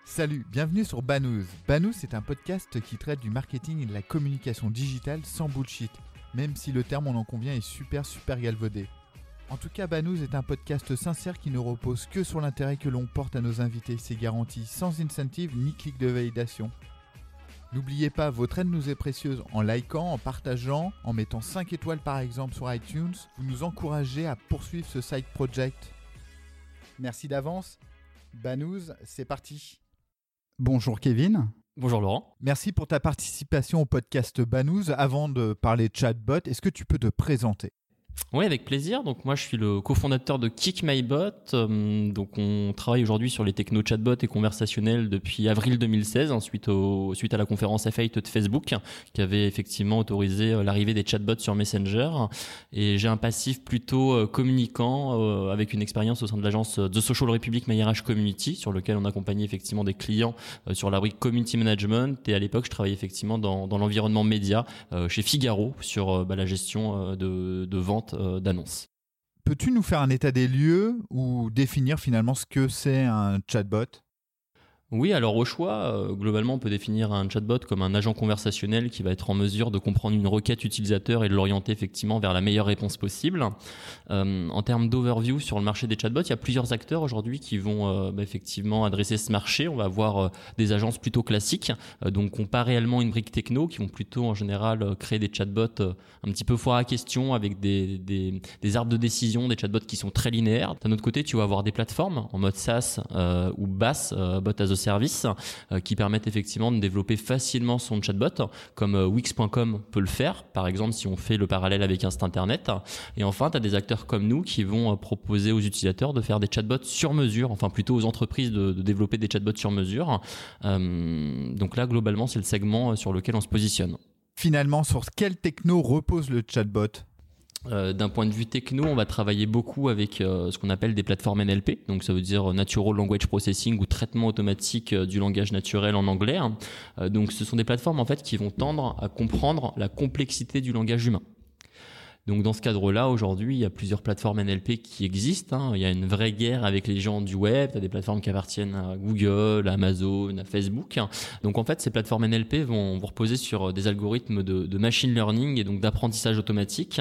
Salut, bienvenue sur Banous. Banous est un podcast qui traite du marketing et de la communication digitale sans bullshit, même si le terme on en convient est super galvaudé. En tout cas, Banous est un podcast sincère qui ne repose que sur l'intérêt que l'on porte à nos invités. C'est garanti sans incentive ni clic de validation. N'oubliez pas, votre aide nous est précieuse en likant, en partageant, en mettant 5 étoiles par exemple sur iTunes. Vous nous encouragez à poursuivre ce side project. Merci d'avance. Banous, c'est parti. Bonjour Kevin. Bonjour Laurent. Merci pour ta participation au podcast Banous. Avant de parler chatbot, est-ce que tu peux te présenter ? Oui, avec plaisir. Donc moi, je suis le cofondateur de KickMyBot. Donc on travaille aujourd'hui sur les technos chatbot et conversationnels depuis avril 2016, suite à la conférence F8 de Facebook, qui avait effectivement autorisé l'arrivée des chatbots sur Messenger. Et j'ai un passif plutôt communicant, avec une expérience au sein de l'agence The Social Republic MyRH Community, sur lequel on accompagnait effectivement des clients sur la brique Community Management. Et à l'époque, je travaillais effectivement dans l'environnement média chez Figaro sur la gestion de vente d'annonces. Peux-tu nous faire un état des lieux ou définir finalement ce que c'est un chatbot ? Oui, alors au choix, globalement, on peut définir un chatbot comme un agent conversationnel qui va être en mesure de comprendre une requête utilisateur et de l'orienter effectivement vers la meilleure réponse possible. En termes d'overview sur le marché des chatbots, il y a plusieurs acteurs aujourd'hui qui vont effectivement adresser ce marché. On va avoir des agences plutôt classiques, donc qui n'ont pas réellement une brique techno, qui vont plutôt en général créer des chatbots un petit peu foire à question avec des arbres de décision, des chatbots qui sont très linéaires. D'un autre côté, tu vas avoir des plateformes en mode SaaS ou BaaS, Bot as a Service, qui permettent effectivement de développer facilement son chatbot, comme Wix.com peut le faire, par exemple si on fait le parallèle avec un site internet. Et enfin, tu as des acteurs comme nous qui vont proposer aux utilisateurs de faire des chatbots sur mesure, enfin plutôt aux entreprises de développer des chatbots sur mesure. Donc là, globalement, c'est le segment sur lequel on se positionne. Finalement, sur quelle techno repose le chatbot ? D'un point de vue techno, on va travailler beaucoup avec ce qu'on appelle des plateformes NLP, donc ça veut dire Natural Language Processing ou traitement automatique du langage naturel en anglais. Donc ce sont des plateformes en fait qui vont tendre à comprendre la complexité du langage humain. Donc dans ce cadre-là, aujourd'hui, il y a plusieurs plateformes NLP qui existent. Il y a une vraie guerre avec les gens du web. Il y a des plateformes qui appartiennent à Google, à Amazon, à Facebook. Donc en fait, ces plateformes NLP vont reposer sur des algorithmes de machine learning et donc d'apprentissage automatique.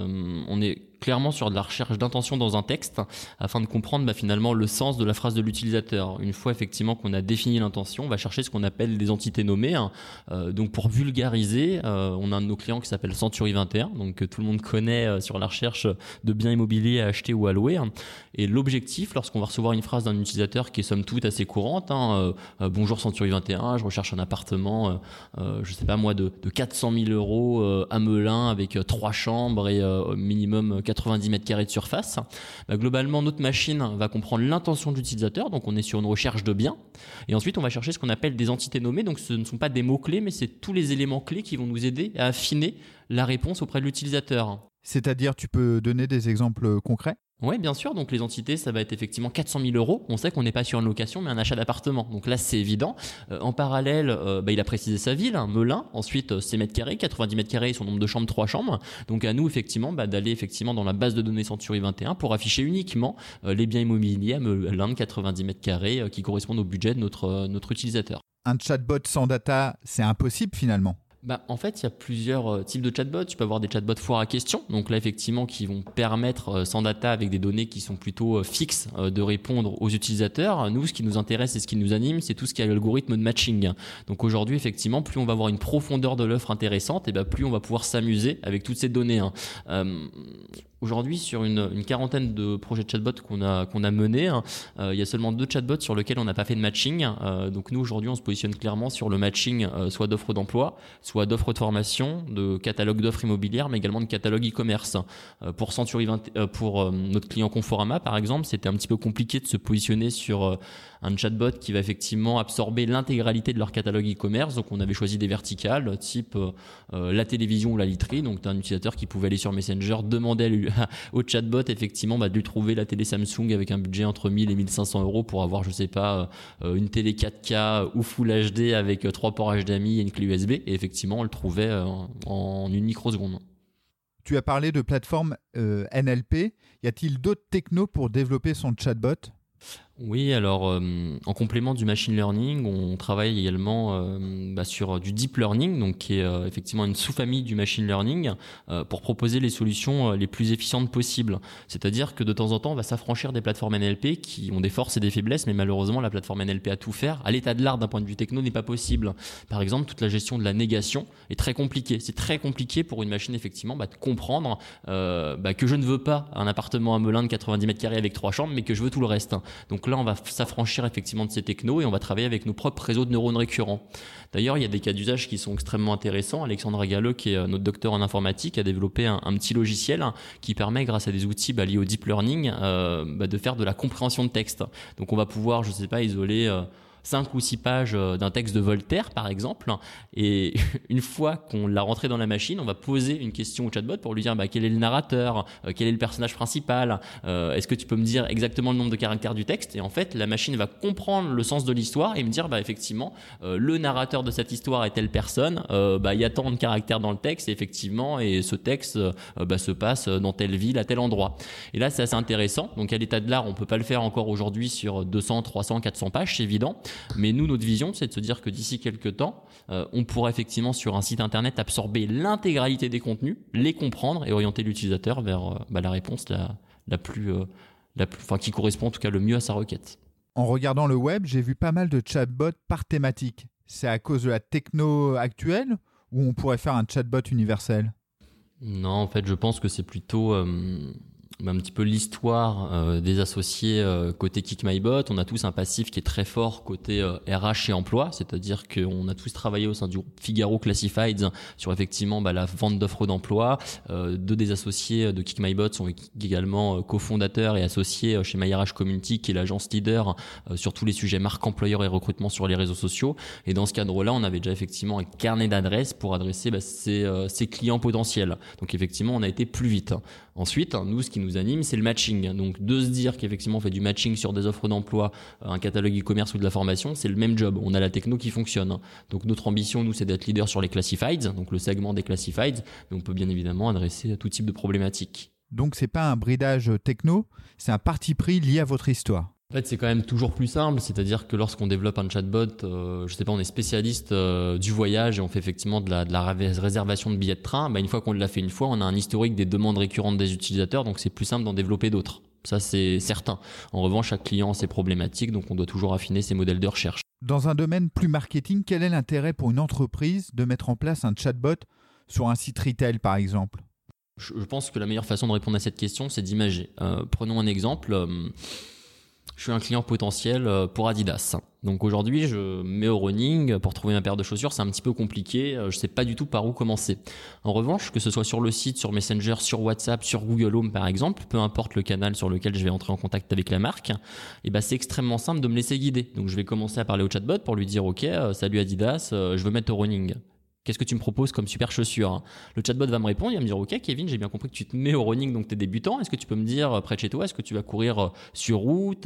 On est clairement sur de la recherche d'intention dans un texte afin de comprendre finalement le sens de la phrase de l'utilisateur. Une fois effectivement qu'on a défini l'intention, on va chercher ce qu'on appelle des entités nommées. Donc pour vulgariser, on a un de nos clients qui s'appelle Century 21, donc que tout le monde connaît sur la recherche de biens immobiliers à acheter ou à louer. Et l'objectif, lorsqu'on va recevoir une phrase d'un utilisateur qui est somme toute assez courante, bonjour Century 21, je recherche un appartement, je sais pas moi, de 400 000 € à Melun avec 3 chambres et minimum 90 mètres carrés de surface. Globalement, notre machine va comprendre l'intention de l'utilisateur, donc on est sur une recherche de biens. Et ensuite, on va chercher ce qu'on appelle des entités nommées, donc ce ne sont pas des mots-clés, mais c'est tous les éléments clés qui vont nous aider à affiner la réponse auprès de l'utilisateur. C'est-à-dire, tu peux donner des exemples concrets ? Oui, bien sûr. Donc les entités, ça va être effectivement 400 000 €. On sait qu'on n'est pas sur une location, mais un achat d'appartement. Donc là, c'est évident. En parallèle, il a précisé sa ville, Melun. Ensuite, ses mètres carrés, 90 mètres carrés, son nombre de chambres, 3 chambres. Donc à nous, effectivement, d'aller effectivement dans la base de données Century 21 pour afficher uniquement les biens immobiliers à Melun de 90 mètres carrés qui correspondent au budget de notre utilisateur. Un chatbot sans data, c'est impossible finalement. En fait, il y a plusieurs types de chatbots. Tu peux avoir des chatbots foire à questions. Donc là, effectivement, qui vont permettre, sans data, avec des données qui sont plutôt fixes, de répondre aux utilisateurs. Nous, ce qui nous intéresse et ce qui nous anime, c'est tout ce qui est l'algorithme de matching. Donc aujourd'hui, effectivement, plus on va avoir une profondeur de l'offre intéressante, et plus on va pouvoir s'amuser avec toutes ces données. Aujourd'hui, sur une quarantaine de projets de chatbots qu'on a menés, il y a seulement 2 chatbots sur lesquels on n'a pas fait de matching. Donc nous, aujourd'hui, on se positionne clairement sur le matching soit d'offres d'emploi, soit d'offres de formation, de catalogue d'offres immobilières, mais également de catalogue e-commerce. Pour Century 20, pour notre client Conforama, par exemple, c'était un petit peu compliqué de se positionner sur un chatbot qui va effectivement absorber l'intégralité de leur catalogue e-commerce. Donc on avait choisi des verticales, type la télévision ou la literie. Donc tu as un utilisateur qui pouvait aller sur Messenger, demander au chatbot effectivement de lui trouver la télé Samsung avec un budget entre 1000 et 1500 € pour avoir, je sais pas, une télé 4K ou Full HD avec 3 ports HDMI et une clé USB. Et effectivement, on le trouvait en une microseconde. Tu as parlé de plateforme NLP. Y a-t-il d'autres technos pour développer son chatbot ? Oui, alors en complément du machine learning, on travaille également sur du deep learning, donc qui est effectivement une sous-famille du machine learning, pour proposer les solutions les plus efficientes possibles. C'est-à-dire que de temps en temps, on va s'affranchir des plateformes NLP qui ont des forces et des faiblesses, mais malheureusement, la plateforme NLP a tout faire. À l'état de l'art, d'un point de vue techno, n'est pas possible. Par exemple, toute la gestion de la négation est très compliquée. C'est très compliqué pour une machine effectivement de comprendre que je ne veux pas un appartement à Melun de 90 mètres carrés avec 3 chambres, mais que je veux tout le reste. Donc là, on va s'affranchir effectivement de ces technos et on va travailler avec nos propres réseaux de neurones récurrents. D'ailleurs, il y a des cas d'usage qui sont extrêmement intéressants. Alexandre Galleux, qui est notre docteur en informatique, a développé un petit logiciel qui permet, grâce à des outils liés au deep learning, de faire de la compréhension de texte. Donc on va pouvoir, isoler 5 ou 6 pages d'un texte de Voltaire, par exemple. Et une fois qu'on l'a rentré dans la machine, on va poser une question au chatbot pour lui dire quel est le narrateur, quel est le personnage principal, est-ce que tu peux me dire exactement le nombre de caractères du texte. Et en fait, la machine va comprendre le sens de l'histoire et me dire effectivement, le narrateur de cette histoire est telle personne, il y a tant de caractères dans le texte, effectivement, et ce texte se passe dans telle ville, à tel endroit. Et là, c'est assez intéressant. Donc à l'état de l'art, on peut pas le faire encore aujourd'hui sur 200, 300, 400 pages, c'est évident. Mais nous, notre vision, c'est de se dire que d'ici quelques temps, on pourra effectivement sur un site internet absorber l'intégralité des contenus, les comprendre et orienter l'utilisateur vers la réponse qui correspond en tout cas le mieux à sa requête. En regardant le web, j'ai vu pas mal de chatbots par thématique. C'est à cause de la techno actuelle ou on pourrait faire un chatbot universel ? Non, en fait, je pense que c'est plutôt un petit peu l'histoire des associés côté KickMyBot. On a tous un passif qui est très fort côté RH et emploi, c'est-à-dire qu'on a tous travaillé au sein du groupe Figaro Classifieds sur effectivement la vente d'offres d'emploi. Deux des associés de KickMyBot sont également cofondateurs et associés chez MyRH Community, qui est l'agence leader sur tous les sujets marque employeur et recrutement sur les réseaux sociaux. Et dans ce cadre-là, on avait déjà effectivement un carnet d'adresses pour adresser ses clients potentiels. Donc effectivement, on a été plus vite. Ensuite, nous, ce qui nous anime, c'est le matching. Donc, de se dire qu'effectivement, on fait du matching sur des offres d'emploi, un catalogue e-commerce ou de la formation, c'est le même job. On a la techno qui fonctionne. Donc, notre ambition, nous, c'est d'être leader sur les classifieds, donc le segment des classifieds. Mais on peut bien évidemment adresser tout type de problématiques. Donc, c'est pas un bridage techno, c'est un parti pris lié à votre histoire. En fait, c'est quand même toujours plus simple, c'est-à-dire que lorsqu'on développe un chatbot, on est spécialiste du voyage et on fait effectivement de la réservation de billets de train. Une fois qu'on l'a fait une fois, on a un historique des demandes récurrentes des utilisateurs, donc c'est plus simple d'en développer d'autres. Ça, c'est certain. En revanche, chaque client a ses problématiques, donc on doit toujours affiner ses modèles de recherche. Dans un domaine plus marketing, quel est l'intérêt pour une entreprise de mettre en place un chatbot sur un site retail, par exemple ? Je pense que la meilleure façon de répondre à cette question, c'est d'imager. Prenons un exemple. Je suis un client potentiel pour Adidas. Donc aujourd'hui, je mets au running pour trouver ma paire de chaussures. C'est un petit peu compliqué. Je sais pas du tout par où commencer. En revanche, que ce soit sur le site, sur Messenger, sur WhatsApp, sur Google Home par exemple, peu importe le canal sur lequel je vais entrer en contact avec la marque, c'est extrêmement simple de me laisser guider. Donc je vais commencer à parler au chatbot pour lui dire OK, salut Adidas, je veux mettre au running. Qu'est-ce que tu me proposes comme super chaussure ? Le chatbot va me répondre, il va me dire OK Kevin, j'ai bien compris que tu te mets au running, donc tu es débutant. Est-ce que tu peux me dire près de chez toi, est-ce que tu vas courir sur route,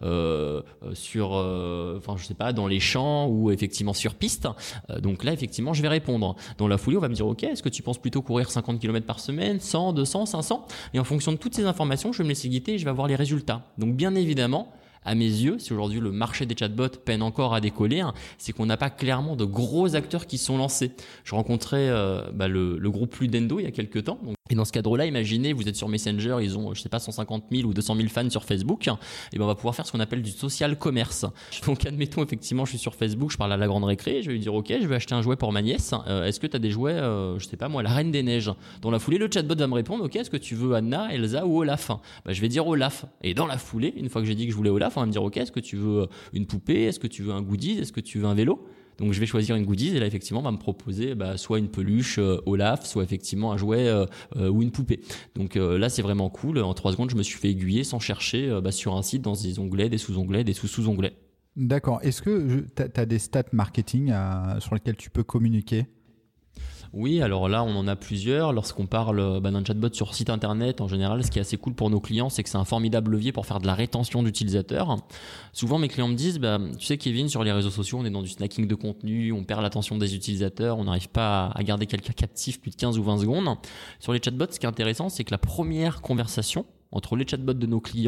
dans les champs ou effectivement sur piste ? Donc là effectivement je vais répondre. Dans la foulée on va me dire OK, est-ce que tu penses plutôt courir 50 km par semaine, 100, 200, 500 ? Et en fonction de toutes ces informations, je vais me laisser guider et je vais avoir les résultats. Donc bien évidemment, à mes yeux, si aujourd'hui le marché des chatbots peine encore à décoller, c'est qu'on n'a pas clairement de gros acteurs qui se sont lancés. Je rencontrais le groupe Fluidendo il y a quelques temps. Et dans ce cadre-là, imaginez, vous êtes sur Messenger, ils ont, 150 000 ou 200 000 fans sur Facebook. Et on va pouvoir faire ce qu'on appelle du social commerce. Donc, admettons, effectivement, je suis sur Facebook, je parle à la grande récré, je vais lui dire, OK, je vais acheter un jouet pour ma nièce. Est-ce que tu as des jouets, la Reine des Neiges? Dans la foulée, le chatbot va me répondre, OK, est-ce que tu veux Anna, Elsa ou Olaf? Je vais dire Olaf. Et dans la foulée, une fois que j'ai dit que je voulais Olaf, on va me dire, OK, est-ce que tu veux une poupée? Est-ce que tu veux un goodies? Est-ce que tu veux un vélo? Donc je vais choisir une goodies et là effectivement on va me proposer soit une peluche Olaf, soit effectivement un jouet ou une poupée. Donc là c'est vraiment cool. En 3 secondes je me suis fait aiguiller sans chercher sur un site dans des onglets, des sous-onglets, des sous-sous-onglets. D'accord. Est-ce que tu as des stats marketing sur lesquels tu peux communiquer ? Oui, alors là, on en a plusieurs. Lorsqu'on parle d'un chatbot sur site internet, en général, ce qui est assez cool pour nos clients, c'est que c'est un formidable levier pour faire de la rétention d'utilisateurs. Souvent, mes clients me disent, tu sais Kevin, sur les réseaux sociaux, on est dans du snacking de contenu, on perd l'attention des utilisateurs, on n'arrive pas à garder quelqu'un captif plus de 15 ou 20 secondes. Sur les chatbots, ce qui est intéressant, c'est que la première conversation entre les chatbots de nos clients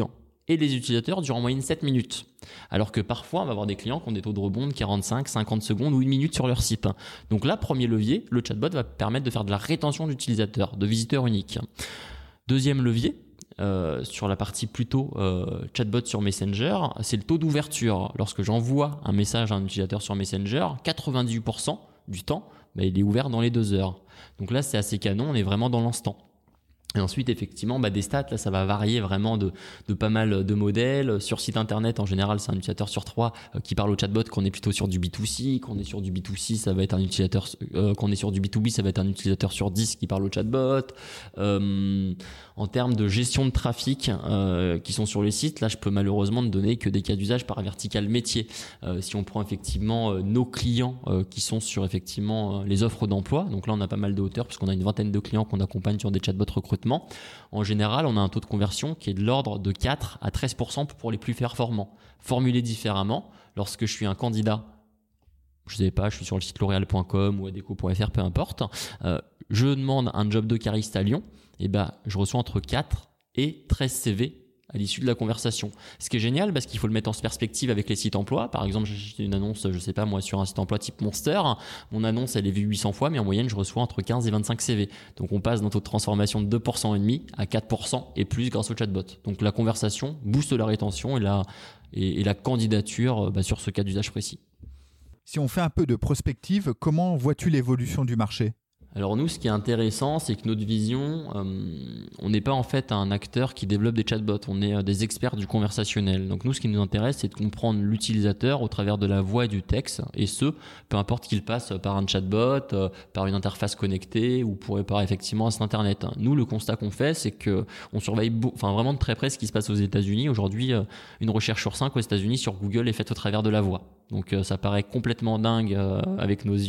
et les utilisateurs durent en moyenne 7 minutes. Alors que parfois, on va avoir des clients qui ont des taux de rebond de 45, 50 secondes ou 1 minute sur leur site. Donc là, premier levier, le chatbot va permettre de faire de la rétention d'utilisateurs, de visiteurs uniques. Deuxième levier, sur la partie plutôt chatbot sur Messenger, c'est le taux d'ouverture. Lorsque j'envoie un message à un utilisateur sur Messenger, 98% du temps, il est ouvert dans les 2 heures. Donc là, c'est assez canon, on est vraiment dans l'instant. Et ensuite, effectivement, des stats, là, ça va varier vraiment de pas mal de modèles. Sur site internet, en général, c'est un utilisateur sur 3 qui parle au chatbot, qu'on est plutôt sur du B2C. Qu'on est sur du B2C, ça va être un utilisateur, qu'on est sur du B2B, ça va être un utilisateur sur 10 qui parle au chatbot. En termes de gestion de trafic qui sont sur les sites, là, je peux malheureusement ne donner que des cas d'usage par vertical métier. Si on prend effectivement nos clients qui sont sur effectivement les offres d'emploi, donc là, on a pas mal de hauteur puisqu'on a une vingtaine de clients qu'on accompagne sur des chatbots recrutement. En général, on a un taux de conversion qui est de l'ordre de 4 à 13% pour les plus performants. Formulé différemment, lorsque je suis un candidat, je suis sur le site l'oréal.com ou adeco.fr, peu importe, je demande un job de cariste à Lyon, je reçois entre 4 et 13 CV à l'issue de la conversation. Ce qui est génial parce qu'il faut le mettre en perspective avec les sites emploi. Par exemple, j'ai une annonce, sur un site emploi type Monster. Mon annonce, elle est vue 800 fois, mais en moyenne, je reçois entre 15 et 25 CV. Donc, on passe d'un taux de transformation de 2,5% à 4% et plus grâce au chatbot. Donc, la conversation booste la rétention et la candidature sur ce cas d'usage précis. Si on fait un peu de prospective, comment vois-tu l'évolution du marché ? Alors nous, ce qui est intéressant, c'est que notre vision, on n'est pas en fait un acteur qui développe des chatbots, on est des experts du conversationnel. Donc nous, ce qui nous intéresse, c'est de comprendre l'utilisateur au travers de la voix et du texte, et ce, peu importe qu'il passe par un chatbot, par une interface connectée ou par effectivement un site internet. Nous, le constat qu'on fait, c'est que on surveille vraiment de très près ce qui se passe aux États-Unis. Aujourd'hui, une recherche sur 5 aux États-Unis sur Google est faite au travers de la voix. Donc ça paraît complètement dingue avec nos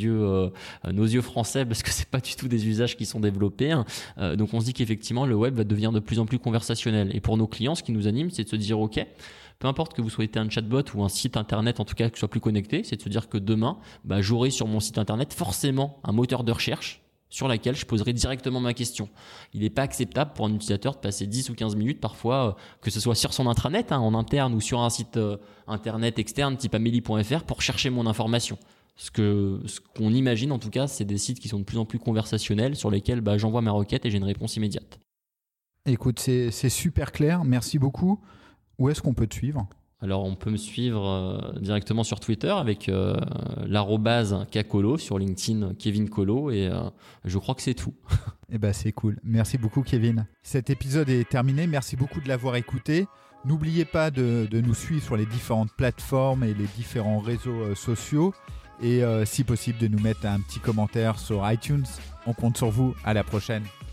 yeux français parce que c'est pas du tout des usages qui sont développés. Donc on se dit qu'effectivement le web va devenir de plus en plus conversationnel. Et pour nos clients, ce qui nous anime, c'est de se dire ok, peu importe que vous soyez un chatbot ou un site internet, en tout cas que ce soit plus connecté, c'est de se dire que demain, j'aurai sur mon site internet forcément un moteur de recherche sur laquelle je poserai directement ma question. Il n'est pas acceptable pour un utilisateur de passer 10 ou 15 minutes parfois, que ce soit sur son intranet en interne ou sur un site internet externe type amélie.fr pour chercher mon information. Ce qu'on imagine en tout cas, c'est des sites qui sont de plus en plus conversationnels sur lesquels j'envoie ma requête et j'ai une réponse immédiate. Écoute, c'est super clair, merci beaucoup. Où est-ce qu'on peut te suivre ? Alors, on peut me suivre directement sur Twitter avec l'arrobase Kacolo, sur LinkedIn Kevin Colo, et je crois que c'est tout. C'est cool. Merci beaucoup, Kevin. Cet épisode est terminé. Merci beaucoup de l'avoir écouté. N'oubliez pas de nous suivre sur les différentes plateformes et les différents réseaux sociaux. Et si possible, de nous mettre un petit commentaire sur iTunes. On compte sur vous. À la prochaine.